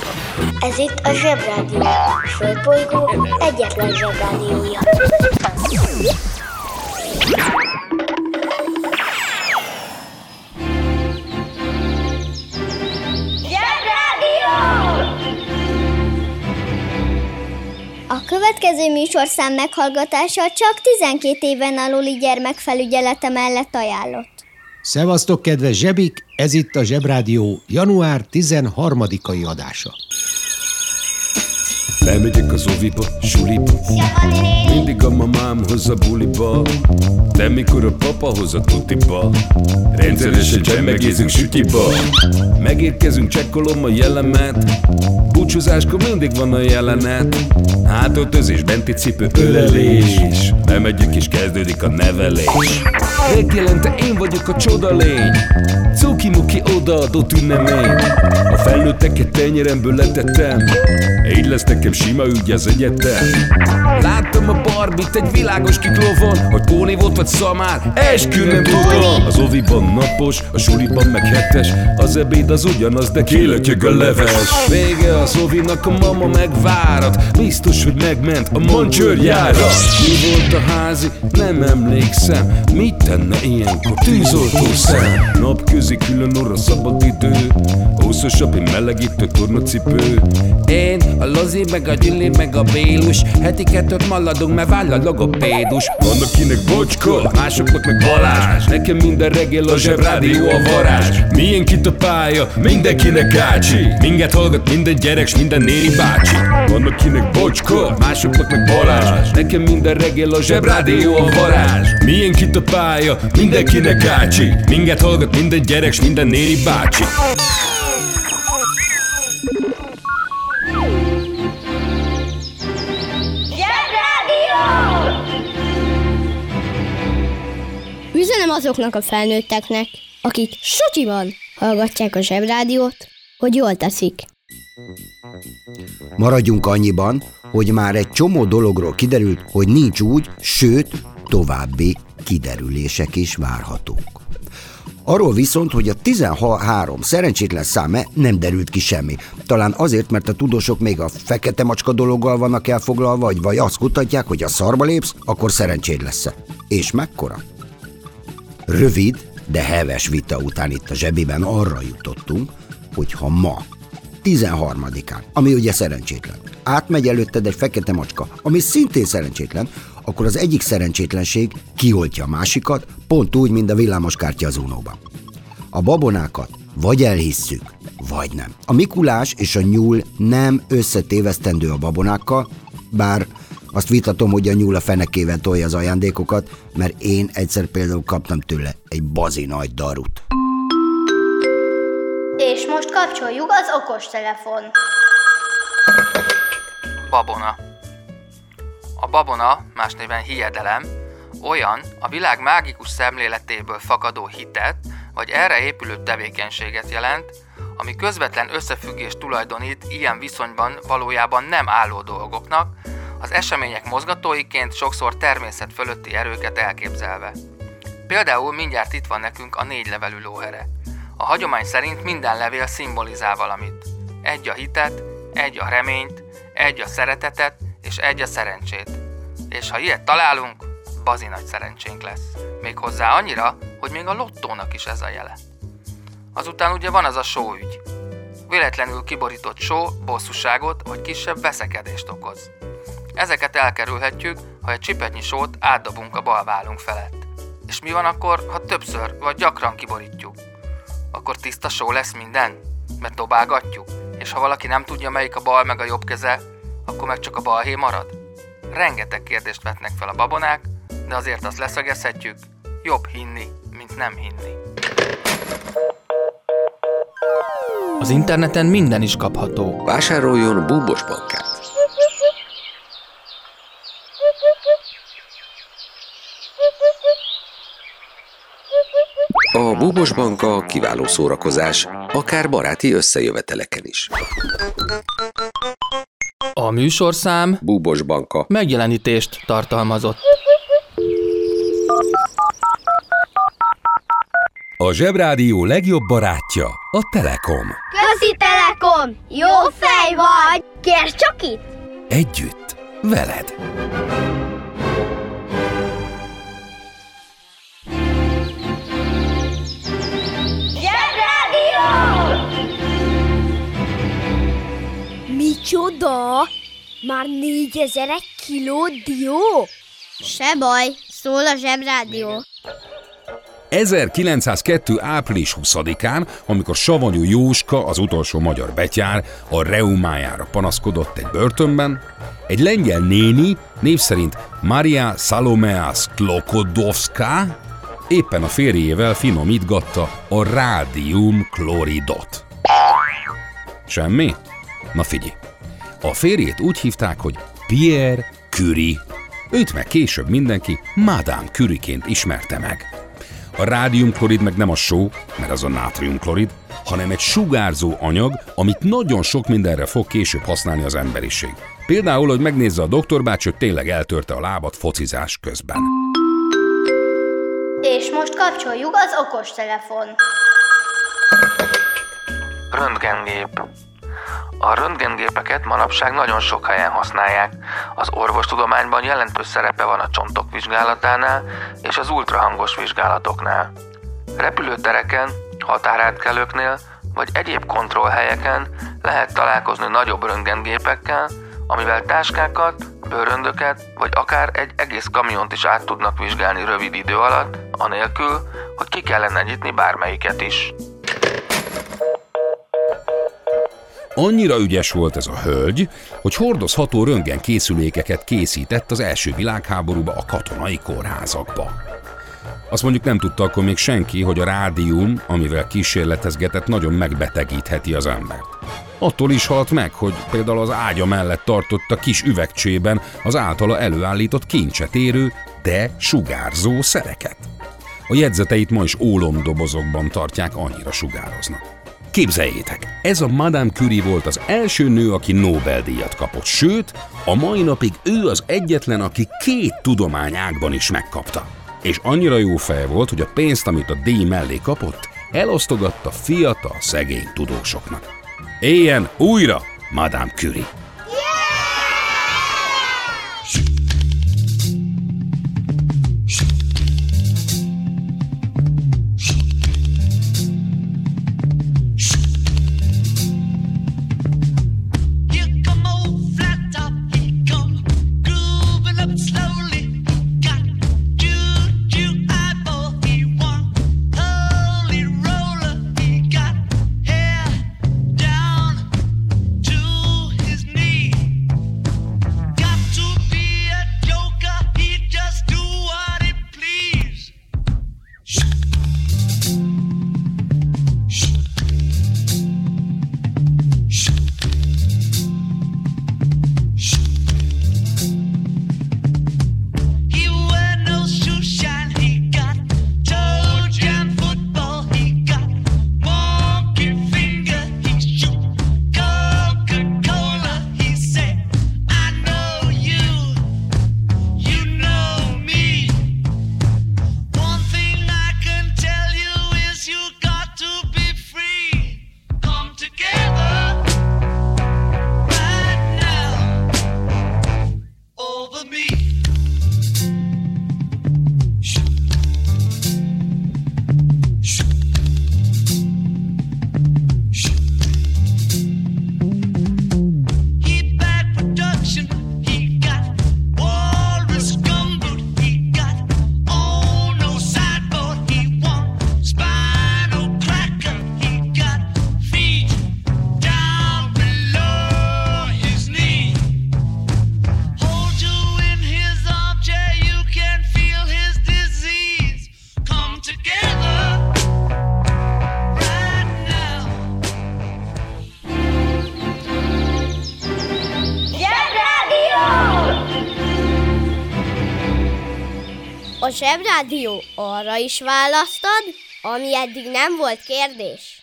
Ez itt a Zsebrádió, a Földbolygó egyetlen Zsebrádiója. A következő műsorszám meghallgatása csak 12 éven aluli gyermekfelügyelete mellett ajánlott. Szevasztok, kedves zsebik! Ez itt a Zsebrádió január 13-ai adása. Elmegyek az oviba, suliba, mindig a mamám hoz a buliba, de mikor a papa hoz a tutiba, rendszeresen csemmegézünk sütiba. Megérkezünk, csekkolom a jellemet, búcsúzáskor mindig van a jelenet. Hátöltözés, benti cipő, ölelés, bemegyünk és kezdődik a nevelés. Reggelente én vagyok a csodalény, cuki-muki odaadott ünnemény. A felnőtteket tenyeremből letettem, így lesz nekem sima ügy az egyetem. Láttam a Barbit egy világos kiklovon, hogy Póni volt vagy szamár, eskü nem tudom. Az oviban napos, a suliban meg hetes, az ebéd az ugyanaz, de kilötyög a leves. Vége az ovinak, a mama megvárat, biztos, hogy megment a mancsőrjára. Mi volt a házi? Nem emlékszem. Mit tenne ilyenkor tűzoltó szem? Napközi külön orra szabad idő, húszosabb, én melegítő tornacipő. Én, a Lozi, meg a Gyüli, meg a Bélus, heti kettőt maladunk, mert váll a logopédus. Van akinek Bocska, másoknak meg Balázs, nekem minden reggel a Zsebrádió a varázs. Milyen kit a pálya, mindenkinek ácsi, minket hallgat minden gyerek, s minden néri bácsi. Van akinek Bocska, másoknak meg Balázs, nekem minden reggel a Zsebrádió a varázs. Milyen kit a pálya, mindenkinek ácsi, minket hallgat minden gyerek, s minden néri bácsi. Üzenem azoknak a felnőtteknek, akik sutyiban hallgatják a Zsebrádiót, hogy jól teszik. Maradjunk annyiban, hogy már egy csomó dologról kiderült, hogy nincs úgy, sőt, további kiderülések is várhatók. Arról viszont, hogy a 13 szerencsétlen száme nem derült ki semmi. Talán azért, mert a tudósok még a fekete macska dologgal vannak elfoglalva, vagy azt kutatják, hogy ha szarba lépsz, akkor szerencséd lesz. És mekkora? Rövid, de heves vita után itt a zsebiben arra jutottunk, hogy ha ma, 13-án, ami ugye szerencsétlen, átmegy előtted egy fekete macska, ami szintén szerencsétlen, akkor az egyik szerencsétlenség kioltja a másikat, pont úgy, mint a villámoskártya az Unóban. A babonákat vagy elhisszük, vagy nem. A Mikulás és a nyúl nem összetévesztendő a babonákkal, bár azt vitatom, hogy a nyúl a fenekével tolja az ajándékokat, mert én egyszer például kaptam tőle egy bazi nagy darut. És most kapcsoljuk az okostelefon. Babona. A babona, más néven hiedelem, olyan a világ mágikus szemléletéből fakadó hitet, vagy erre épülő tevékenységet jelent, ami közvetlen összefüggést tulajdonít ilyen viszonyban valójában nem álló dolgoknak, az események mozgatóiként sokszor természet fölötti erőket elképzelve. Például mindjárt itt van nekünk a 4 levelű lóhere. A hagyomány szerint minden levél szimbolizál valamit. Egy a hitet, egy a reményt, egy a szeretetet és egy a szerencsét. És ha ilyet találunk, bazi nagy szerencsénk lesz. Méghozzá annyira, hogy még a lottónak is ez a jele. Azután ugye van az a sóügy. Véletlenül kiborított só bosszúságot vagy kisebb veszekedést okoz. Ezeket elkerülhetjük, ha egy csipetnyi sót átdobunk a bal vállunk felett. És mi van akkor, ha többször vagy gyakran kiborítjuk? Akkor tiszta só lesz minden? Mert dobálgatjuk? És ha valaki nem tudja, melyik a bal meg a jobb keze, akkor meg csak a balhé marad? Rengeteg kérdést vetnek fel a babonák, de azért azt leszögezhetjük, jobb hinni, mint nem hinni. Az interneten minden is kapható. Vásároljon Búbos Bankát! A Búbos Banka kiváló szórakozás, akár baráti összejöveteleken is. A műsorszám Búbos Banka megjelenítést tartalmazott. A Zsebrádió legjobb barátja a Telekom. Köszi Telekom! Jó fej vagy! Kérd csak itt! Együtt, veled. Zsebrádió! Micsoda? Már 4000 kiló dió? Se baj, szól a Zsebrádió. 1902. április 20-án, amikor Savanyú Jóska, az utolsó magyar betyár, a reumájára panaszkodott egy börtönben, egy lengyel néni, név szerint Maria Salomea Sklodowska éppen a férjével finomítgatta a rádiumkloridot. Semmi? Na figyelj! A férjét úgy hívták, hogy Pierre Curie. Őt meg később mindenki Madame Curie-ként ismerte meg. A rádiumklorid meg nem a só, mert az a nátriumklorid, hanem egy sugárzó anyag, amit nagyon sok mindenre fog később használni az emberiség. Például, hogy megnézze a doktorbács, hogy tényleg eltörte a lábat focizás közben. És most kapcsoljuk az okostelefon. Röntgengép. A röntgengépeket manapság nagyon sok helyen használják. Az orvostudományban jelentős szerepe van a csontok vizsgálatánál és az ultrahangos vizsgálatoknál. Repülőtereken, határátkelőknél vagy egyéb kontrollhelyeken lehet találkozni nagyobb röntgengépekkel, amivel táskákat, bőröndöket vagy akár egy egész kamiont is át tudnak vizsgálni rövid idő alatt, anélkül, hogy ki kellene nyitni bármelyiket is. Annyira ügyes volt ez a hölgy, hogy hordozható röntgenkészülékeket készített az első világháborúba a katonai kórházakba. Azt mondjuk nem tudta akkor még senki, hogy a rádium, amivel kísérletezgetett, nagyon megbetegítheti az embert. Attól is halt meg, hogy például az ágya mellett tartotta kis üvegcsében az általa előállított kincset érő, de sugárzó szereket. A jegyzeteit ma is ólomdobozokban tartják, annyira sugároznak. Képzeljétek, ez a Madame Curie volt az első nő, aki Nobel-díjat kapott, sőt, a mai napig ő az egyetlen, aki 2 tudományágban is megkapta. És annyira jó fej volt, hogy a pénzt, amit a díj mellé kapott, elosztogatta fiatal, szegény tudósoknak. Éljen újra Madame Curie! A Zsebrádió arra is választad, ami eddig nem volt kérdés.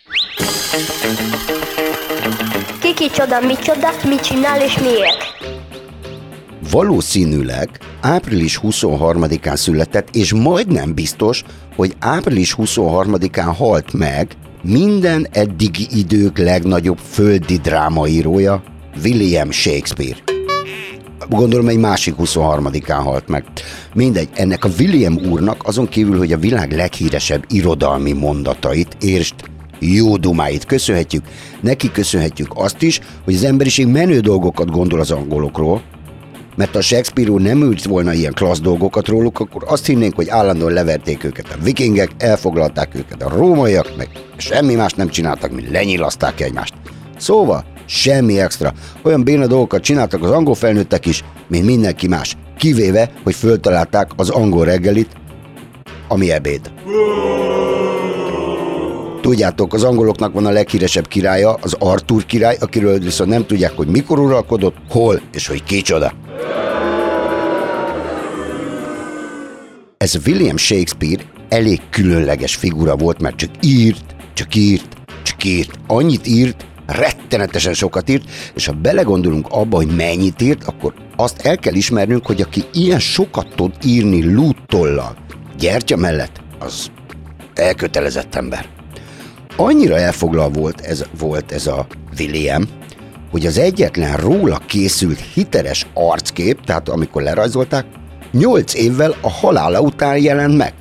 Ki kicsoda, micsoda, mit csinál és miért? valószínűleg április 23-án született, és majdnem biztos, hogy április 23-án halt meg minden eddigi idők legnagyobb földi drámaírója, William Shakespeare. Gondolom egy másik 23-án halt meg. Mindegy, ennek a William úrnak azon kívül, hogy a világ leghíresebb irodalmi mondatait, értsd, jó dumáit köszönhetjük, neki köszönhetjük azt is, hogy az emberiség menő dolgokat gondol az angolokról, mert ha Shakespeare úr nem ült volna ilyen klassz dolgokat róluk, akkor azt hinnénk, hogy állandóan leverték őket a vikingek, elfoglalták őket a rómaiak, meg semmi más nem csináltak, mint lenyílaszták egymást. Szóval semmi extra. Olyan béna dolgokat csináltak az angol felnőttek is, mint mindenki más. Kivéve, hogy föltalálták az angol reggelit, ami ebéd. Tudjátok, az angoloknak van a leghíresebb királya, az Arthur király, akiről viszont nem tudják, hogy mikor uralkodott, hol és hogy kicsoda. Ez William Shakespeare elég különleges figura volt, mert csak írt. Annyit írt, rettenetesen sokat írt, és ha belegondolunk abba, hogy mennyit írt, akkor azt el kell ismernünk, hogy aki ilyen sokat tud írni lúttollal, gyertya mellett, az elkötelezett ember. Annyira elfoglal volt ez a William, hogy az egyetlen róla készült hiteles arckép, tehát amikor lerajzolták, 8 évvel a halála után jelent meg.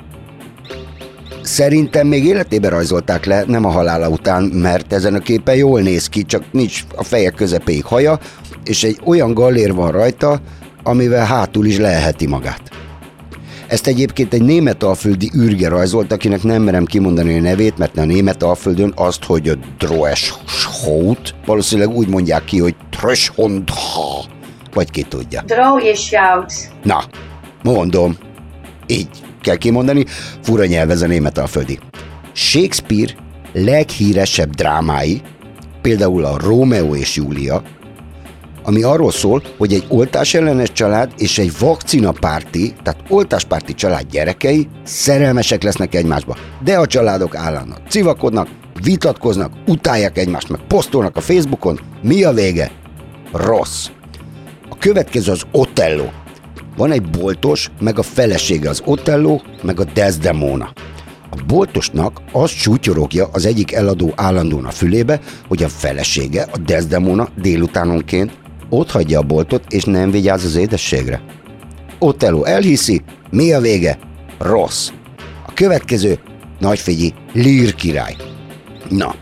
Szerintem még életében rajzolták le, nem a halála után, mert ezen a képen jól néz ki, csak nincs a feje közepéig haja, és egy olyan gallér van rajta, amivel hátul is leelheti magát. Ezt egyébként egy németalföldi űrge rajzolt, akinek nem merem kimondani a nevét, mert a németalföldön azt, hogy a Droeschhout, valószínűleg úgy mondják ki, hogy Tröschondha, vagy ki tudja. Droeschhout. Na, mondom, így kell kimondani, fura nyelv ez a németalföldi. Shakespeare leghíresebb drámái, például a Rómeó és Júlia, ami arról szól, hogy egy oltásellenes család és egy vakcinapárti, tehát oltáspárti család gyerekei szerelmesek lesznek egymásba. De a családok állandóan civakodnak, vitatkoznak, utálják egymást, meg posztolnak a Facebookon. Mi a vége? Rossz. A következő az Otello. Van egy boltos, meg a felesége, az Otello, meg a Desdemona. A boltosnak azt sútyorogja az egyik eladó állandóan a fülébe, hogy a felesége, a Desdemona délutánonként ott hagyja a boltot, és nem vigyáz az édességre. Otello elhiszi, mi a vége? Rossz. A következő, nagyfigyi, Lear király. Na,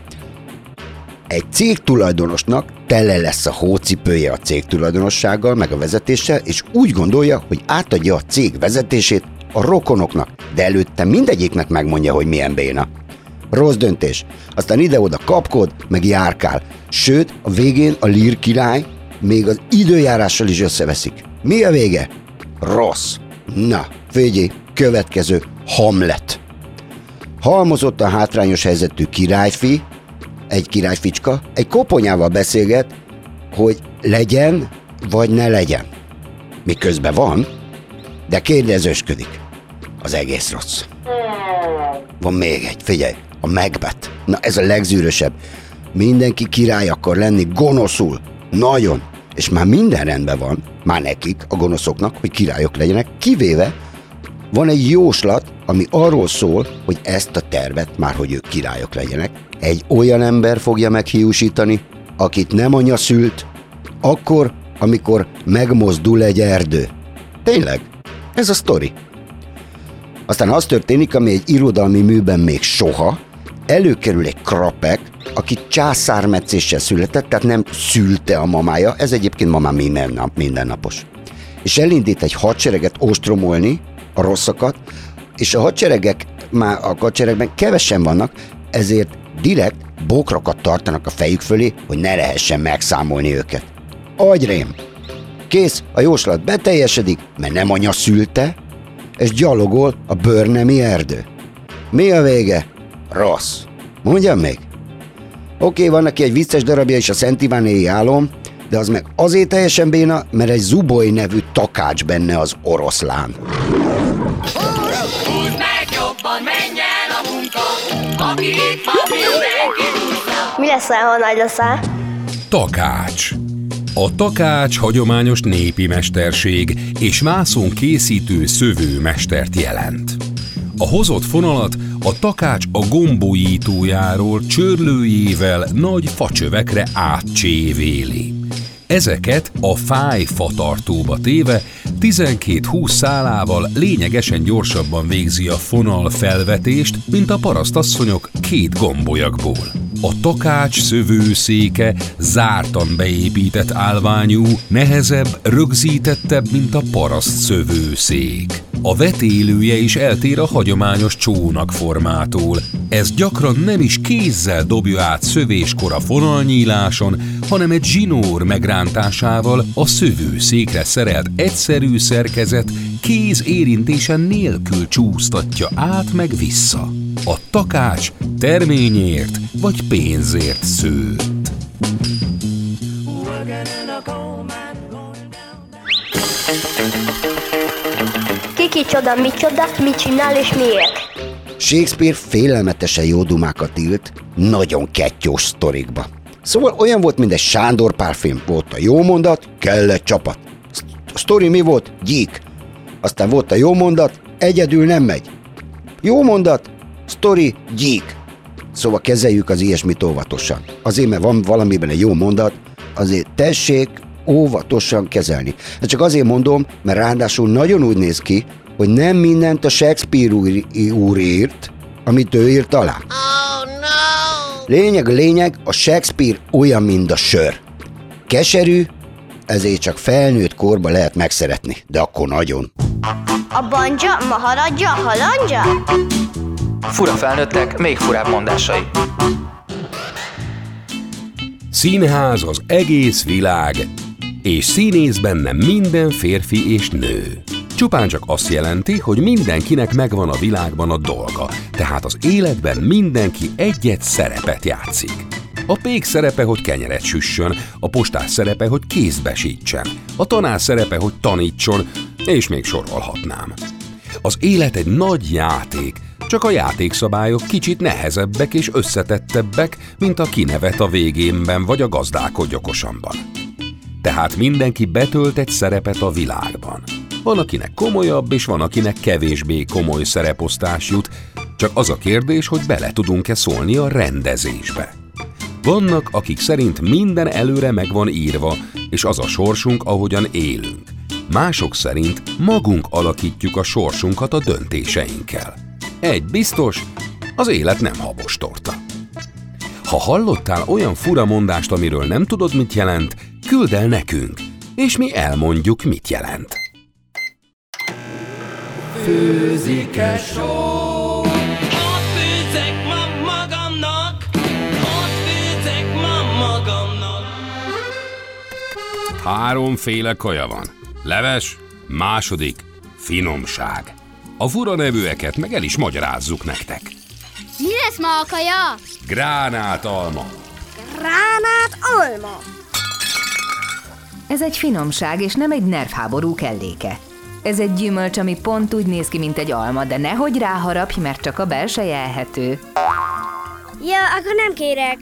egy cégtulajdonosnak tele lesz a hócipője a cégtulajdonossággal, meg a vezetéssel, és úgy gondolja, hogy átadja a cég vezetését a rokonoknak, de előtte mindegyiknek megmondja, hogy milyen béna. Rossz döntés. Aztán ide-oda kapkod, meg járkál. Sőt, a végén a Lear király még az időjárással is összeveszik. Mi a vége? Rossz. Na, figyelj, következő, Hamlet. Halmozott a hátrányos helyzetű királyfi, egy királyficska, egy koponyával beszélget, hogy legyen, vagy ne legyen. Miközben van, de kérdezősködik. Az egész rossz. Van még egy, figyelj, a Macbeth. Na, ez a legzűrösebb. Mindenki király akar lenni, gonoszul. Nagyon. És már minden rendben van, már nekik, a gonoszoknak, hogy királyok legyenek, kivéve van egy jóslat, ami arról szól, hogy ezt a tervet, már hogy ők királyok legyenek, egy olyan ember fogja meghiúsítani, akit nem anya szült, akkor, amikor megmozdul egy erdő. Tényleg, ez a sztori. Aztán az történik, ami egy irodalmi műben még soha, előkerül egy krapek, aki császármetszéssel született, tehát nem szülte a mamája, ez egyébként mamá mindennapos. És elindít egy hadsereget ostromolni a rosszakat, és a hadseregben kevesen vannak, ezért direkt bokrakat tartanak a fejük fölé, hogy ne lehessen megszámolni őket. Agyrém! Kész, a jóslat beteljesedik, mert nem anya szülte, és gyalogol a bőrnemi erdő. Mi a vége? Rossz. Mondjam még? Oké, van neki egy vicces darabja is, a Szent Ivánéi álom, de az meg azért teljesen béna, mert egy Zuboly nevű takács benne az oroszlán. Húzd meg jobban, menj el a munka, aki itt van, mindenki húzza. Mi leszel, ha nagy leszel? Takács. A takács hagyományos népi mesterség és vászon készítő szövőmestert jelent. A hozott fonalat a takács a gombójítójáról csörlőjével nagy facsövekre átcsévéli. Ezeket a fáj fatartóba téve 12-20 szálával lényegesen gyorsabban végzi a fonal felvetést, mint a parasztasszonyok 2 gombolyagból. A takács szövőszéke zártan beépített állványú, nehezebb, rögzítettebb, mint a paraszt szövőszék. A vetélője is eltér a hagyományos csónakformától. Ez gyakran nem is kézzel dobja át szövéskor a fonalnyíláson, hanem egy zsinór megrántásával a szövőszékre szerelt egyszerű szerkezet kéz érintése nélkül csúsztatja át meg vissza. A takács terményért vagy pénzért szőtt. Kicsoda, micsoda, mit csinál és miért? Shakespeare félelmetesen jó dumákat írt nagyon kettyós sztorikba. Szóval olyan volt, mint egy Sándor Pál film. Volt a jó mondat, kell egy csapat. A sztori mi volt? Gyík. Aztán volt a jó mondat, egyedül nem megy. Jó mondat, sztori, gyík. Szóval kezeljük az ilyesmit óvatosan. Azért, mert van valamiben egy jó mondat, azért tessék óvatosan kezelni. De csak azért mondom, mert ráadásul nagyon úgy néz ki, hogy nem mindent a Shakespeare úr írt, amit ő írt alá. Oh, no! Lényeg, a Shakespeare olyan, mint a sör. Keserű, ezért csak felnőtt korba lehet megszeretni, de akkor nagyon. A banja, maharadja, halandja? Fura felnőttek, még furább mondásai. Színház az egész világ, és színész benne minden férfi és nő. Csupán csak azt jelenti, hogy mindenkinek megvan a világban a dolga, tehát az életben mindenki egy-egy szerepet játszik. A pék szerepe, hogy kenyeret süssön, a postás szerepe, hogy kézbe sítsen, a tanár szerepe, hogy tanítson, és még sorolhatnám. Az élet egy nagy játék, csak a játékszabályok kicsit nehezebbek és összetettebbek, mint a kinevet a végénben vagy a gazdálkodj okosanban. Tehát mindenki betölt egy szerepet a világban. Van, akinek komolyabb, és van, akinek kevésbé komoly szereposztás jut, csak az a kérdés, hogy bele tudunk-e szólni a rendezésbe. Vannak, akik szerint minden előre meg van írva, és az a sorsunk, ahogyan élünk. Mások szerint magunk alakítjuk a sorsunkat a döntéseinkkel. Egy biztos, az élet nem habostorta. Ha hallottál olyan fura mondást, amiről nem tudod, mit jelent, küldd el nekünk, és mi elmondjuk, mit jelent. Főzik-e só? Ott főzek ma magamnak, ott főzek ma magamnak. 3 kaja van. Leves, második, finomság. A fura nevűeket meg el is magyarázzuk nektek. Mi lesz ma a kaja? Gránátalma. Gránátalma? Ez egy finomság, és nem egy nervháború kelléke. Ez egy gyümölcs, ami pont úgy néz ki, mint egy alma, de nehogy ráharapj, mert csak a belseje ehető. Ja, akkor nem kérek.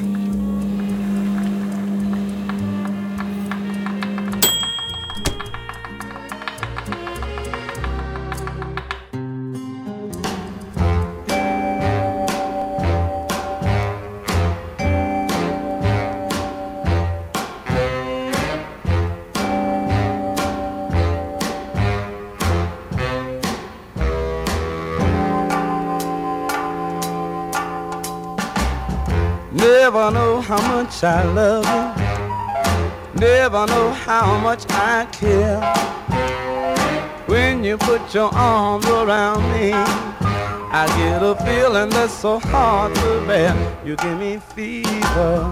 Never know how much I love you. Never know how much I care. When you put your arms around me, I get a feeling that's so hard to bear. You give me fever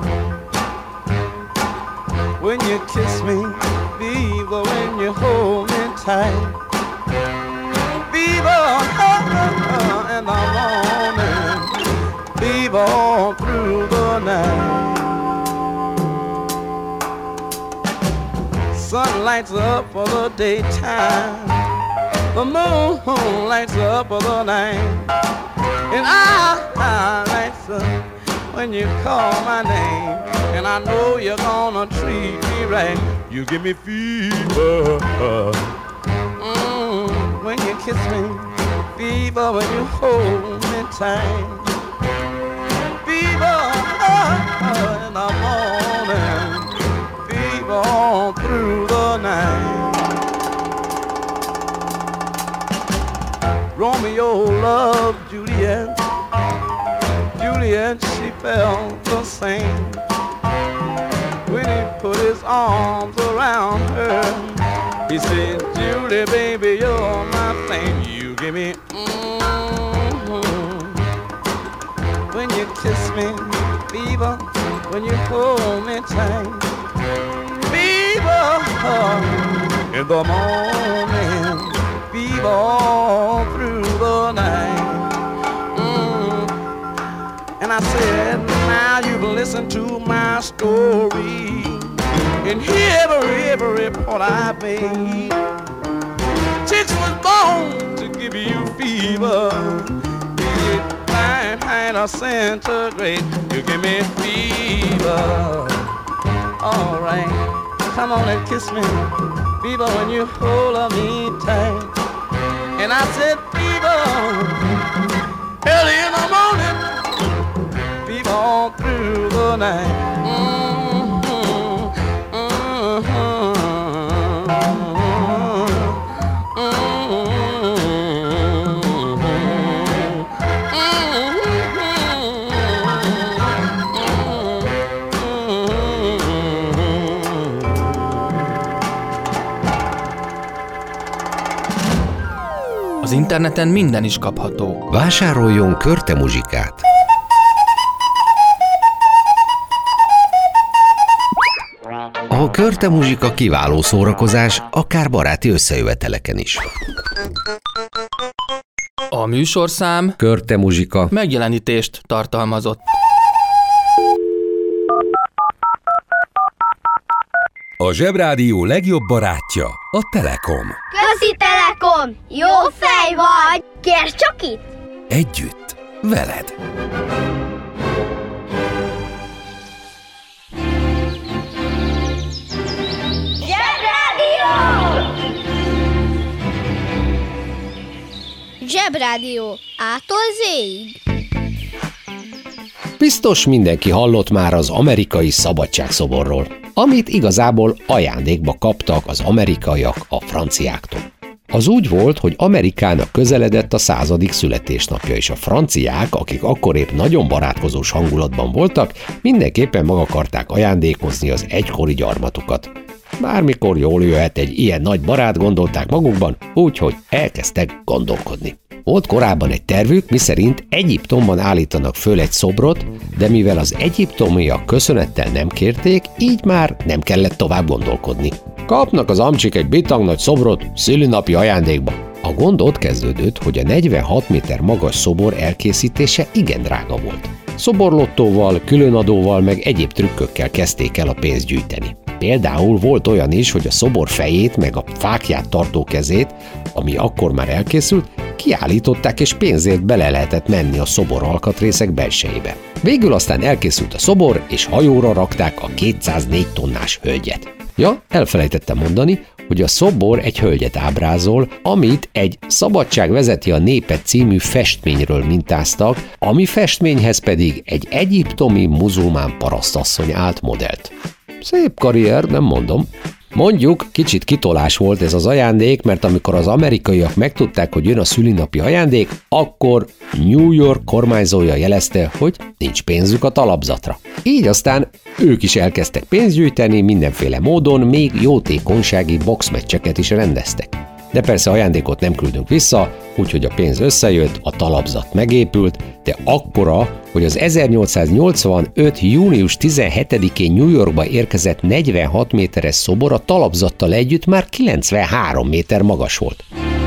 when you kiss me, fever when you hold me tight, fever in the morning, fever all through the night. Sun lights up for the daytime, the moon lights up for the night, and I lights up when you call my name, and I know you're gonna treat me right. You give me fever when you kiss me, fever when you hold me tight, fever in the morning, fever all through the night. Romeo loved Juliet, Juliet, she felt the same when he put his arms around her. He said, Julie, baby, you're my flame. You give me when you kiss me, fever when you hold me tight, fever in the morning, fever all through the night. And I said, now you've listened to my story, and hear every point I made. Chicks was born to give you fever, be it Fahrenheit or centigrade. You give me fever, all right. Come on and kiss me, fever when you hold me tight. And I said, fever, early in the morning, fever all through the night. Az interneten minden is kapható. Vásároljon Körte muzsikát! A Körte muzsika kiváló szórakozás, akár baráti összejöveteleken is. A műsorszám Körte muzsika megjelenítést tartalmazott. A Zsebrádió legjobb barátja a Telekom. Köszi Telekom! Jó fej vagy! Kérd csak itt! Együtt, veled! Zsebrádió! Zsebrádió A-tól Z-ig. Biztos mindenki hallott már az amerikai szabadságszoborról, amit igazából ajándékba kaptak az amerikaiak a franciáktól. Az úgy volt, hogy Amerikának közeledett a 100. születésnapja, és a franciák, akik akkor épp nagyon barátkozós hangulatban voltak, mindenképpen meg akarták ajándékozni az egykori gyarmatukat. Bármikor jól jöhet egy ilyen nagy barát, gondolták magukban, úgyhogy elkezdtek gondolkodni. Volt korábban egy tervük, miszerint Egyiptomban állítanak föl egy szobrot, de mivel az egyiptomiak köszönettel nem kérték, így már nem kellett tovább gondolkodni. Kapnak az amcsik egy bitang nagy szobrot szülinapi ajándékba. A gond ott kezdődött, hogy a 46 méter magas szobor elkészítése igen drága volt. Szoborlottóval, különadóval meg egyéb trükkökkel kezdték el a pénzt gyűjteni. Például volt olyan is, hogy a szobor fejét meg a fáklyát tartó kezét, ami akkor már elkészült, kiállították és pénzért bele lehetett menni a szobor alkatrészek belsejébe. Végül aztán elkészült a szobor, és hajóra rakták a 204 tonnás hölgyet. Ja, elfelejtettem mondani, hogy a szobor egy hölgyet ábrázol, amit egy Szabadság vezeti a népet című festményről mintáztak, ami festményhez pedig egy egyiptomi muzulmán parasztasszony állt modellt. Szép karrier, nem mondom. Mondjuk, kicsit kitolás volt ez az ajándék, mert amikor az amerikaiak megtudták, hogy jön a szülinapi ajándék, akkor New York kormányzója jelezte, hogy nincs pénzük a talapzatra. Így aztán ők is elkezdtek pénzt gyűjteni mindenféle módon, még jótékonysági boxmeccseket is rendeztek. De persze ajándékot nem küldünk vissza, úgyhogy a pénz összejött, a talapzat megépült, de akkora, hogy az 1885. június 17-én New Yorkba érkezett 46 méteres szobor a talapzattal együtt már 93 méter magas volt.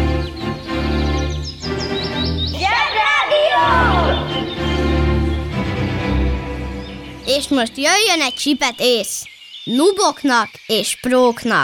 És most jöjjön egy csipet ész. Nuboknak és próknak.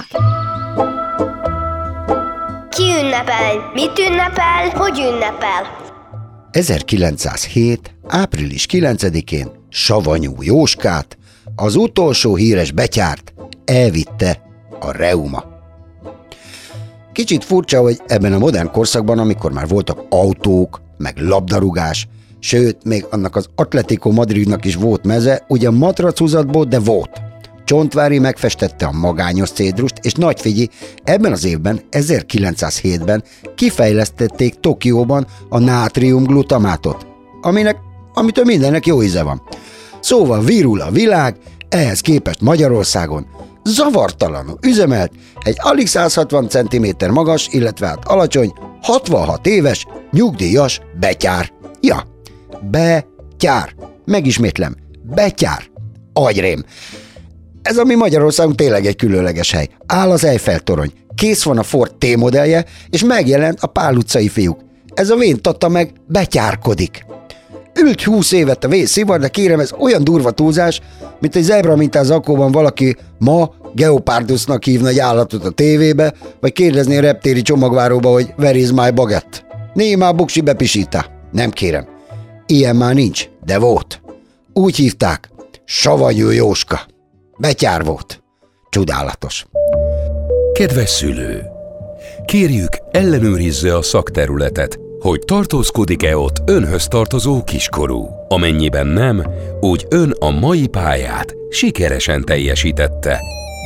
Ki ünnepel? Mit ünnepel? Hogy ünnepel? 1907. április 9-én Savanyú Jóskát, Az utolsó híres betyárt elvitte a reuma. Kicsit furcsa, hogy ebben a modern korszakban, amikor már voltak autók, meg labdarúgás, sőt, még annak az Atletico Madridnak is volt meze, ugyan matrachuzatból, de volt. Csontvári megfestette a magányos cédrust, és nagy figyi, ebben az évben, 1907-ben kifejlesztették Tokióban a nátriumglutamátot, amitől mindennek jó íze van. Szóval virul a világ, ehhez képest Magyarországon zavartalanul üzemelt egy alig 160 cm magas, illetve hát alacsony, 66 éves, nyugdíjas betyár. Ja, betyár. Megismétlem, betyár. Agyrém. Ez a mi Magyarországunk tényleg egy különleges hely. Áll az Eiffel-torony, kész van a Ford T-modellje, és megjelent a Pál utcai fiúk. Ez a vén tata meg betyárkodik. Ült 20 évet a vészszivar, de kérem, ez olyan durva túlzás, mint egy zebra mintás zakóban valaki ma Geopardusnak hívna egy állatot a tévébe, vagy kérdezni a reptéri csomagváróba, hogy where is my baguette? Némá buksi bepisítá. Nem kérem. Ilyen már nincs, de volt. Úgy hívták, Savanyú Jóska. Betyár volt. Csodálatos. Kedves szülő! Kérjük, ellenőrizze a szakterületet, hogy tartózkodik-e ott önhöz tartozó kiskorú. Amennyiben nem, úgy ön a mai pályát sikeresen teljesítette.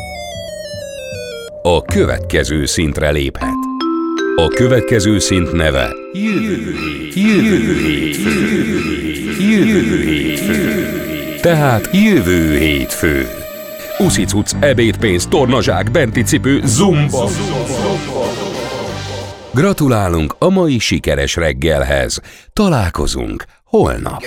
A következő szintre léphet. A következő szint neve Jövő hétfő. Tehát jövő hétfő. Uszicuc, ebédpénz, tornazsák, benti cipő, zumba. Gratulálunk a mai sikeres reggelhez. Találkozunk holnap.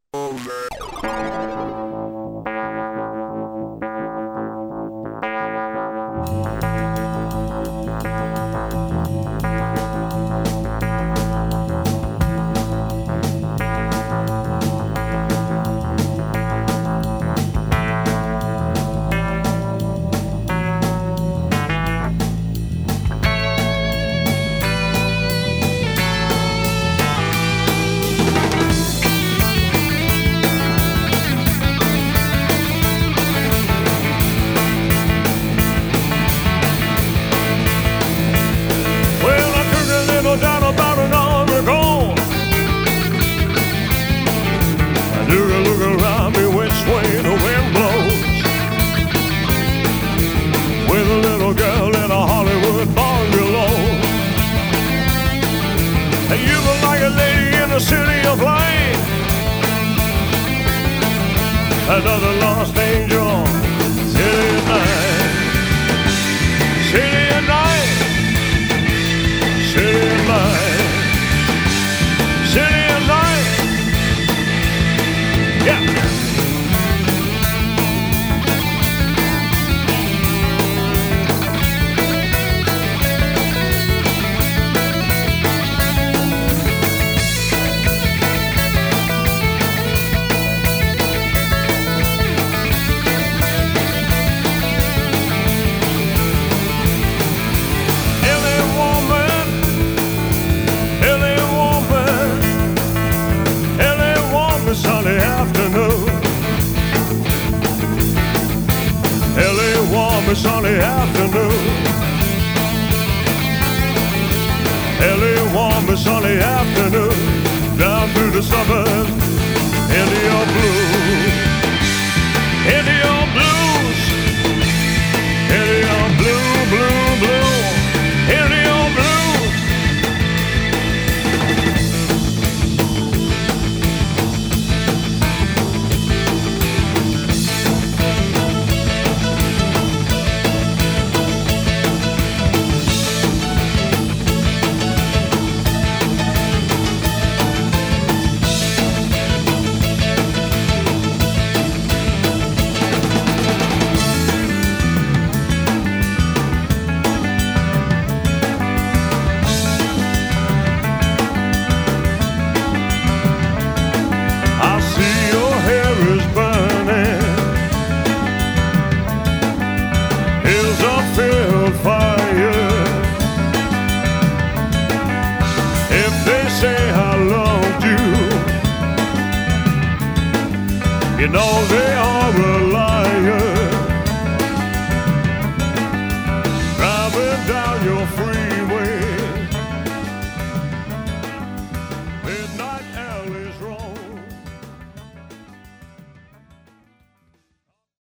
Another lost angel, city at night, city at night, city at night, city at night, yeah. Sunday afternoon, LA warm and sunny afternoon, down through the suburbs, into your blues, into your blues, into your blue, blue, blue, into your blues. You know they